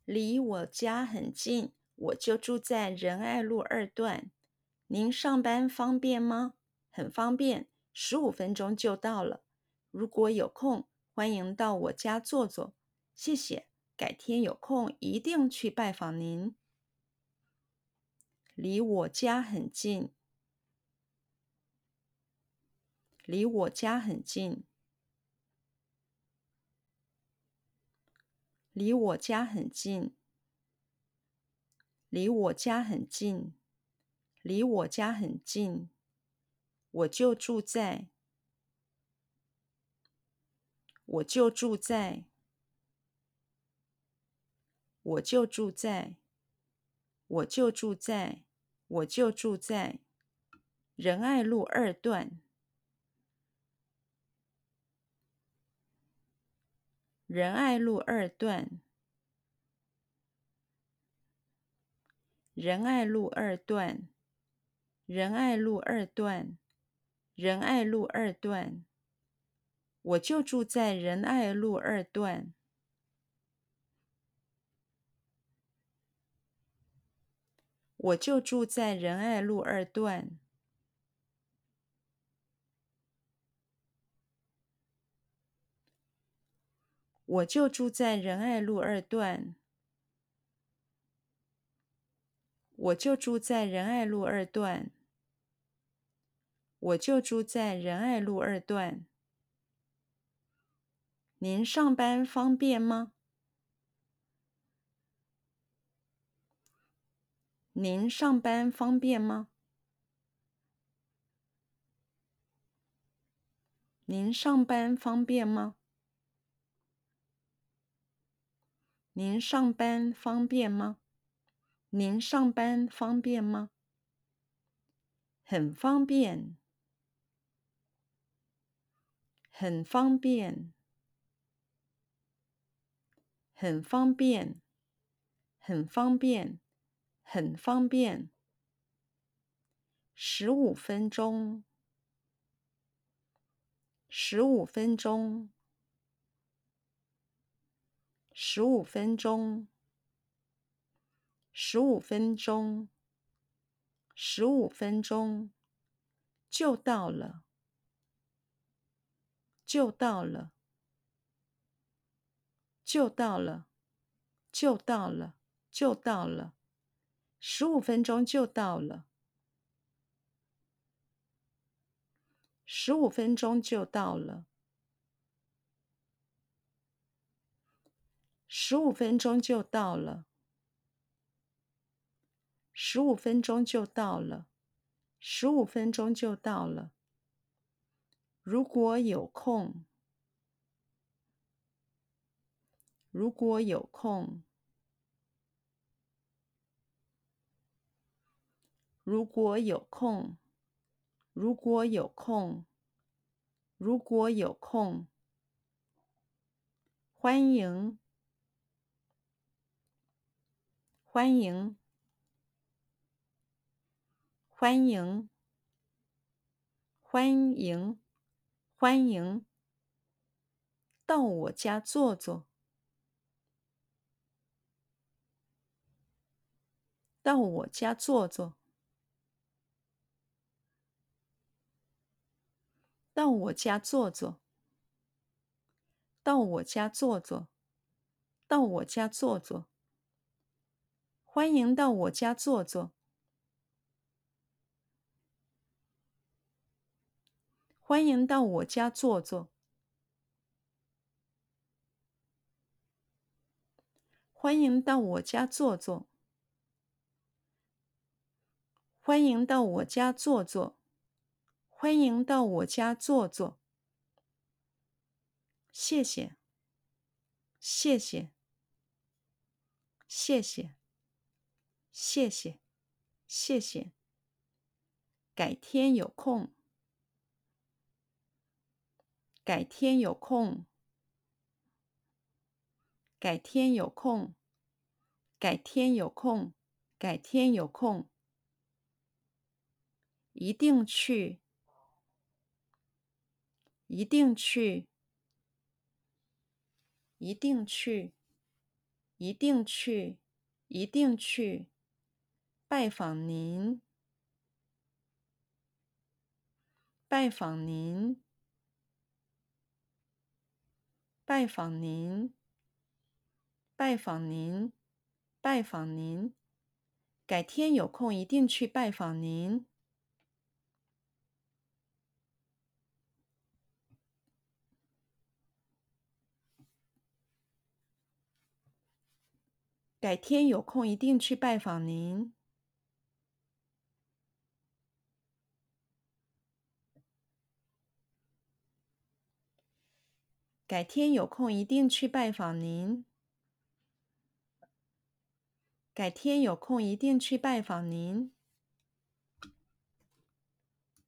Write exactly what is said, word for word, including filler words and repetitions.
离我家很近，我就住在仁爱路二段。您上班方便吗？很方便，十五分钟就到了。如果有空，欢迎到我家坐坐。谢谢，改天有空一定去拜访您。离我家很近，离我家很近，离我家很近，离我家很近，离我家很近。我就住在，我就住在，我就住在，我就住在，我就住在仁爱路二段，仁爱路二段，仁爱路二段，仁爱路二段，仁爱路二段。我就住在仁爱路二段，我就住在仁爱路二段，我就住在仁爱路二段，我就住在仁爱路二段，我就住在仁爱路二段。您上班方便吗？您上班方便吗？您上班方便吗？您上班方便吗？您上班方便吗？很方便，很方便，很方便，很方便，很方便。十五分钟，十五分钟，十五分钟，十五分钟，十五分钟，就到了，就到了，就到了，就到了，就到了，十五分钟就到了，十五分钟就到了，十五分钟就到了，十五分钟就到了，十五分钟就到了。如果有空，如果有空，如果有空，如果有空，如果有空，欢迎，欢迎，欢迎，欢迎，欢迎，到我家坐坐，到我家坐坐，到我家坐坐，到我家坐坐，到我家坐坐，欢迎到我家坐坐，欢迎到我家坐坐，欢迎到我家坐坐，欢迎到我家坐坐，欢迎到我家坐坐。谢谢，谢谢，谢谢，谢谢，谢谢。改天有空，改天有空，改天有空，改天有空，改天有空。一定去，一定去，一定去， 一定去，一定去，拜访您，拜访您，拜访您，拜访您，拜访您。改天有空一定去拜访您。改天有空一定去拜访您。改天有空一定去拜访您。改天有空一定去拜访您。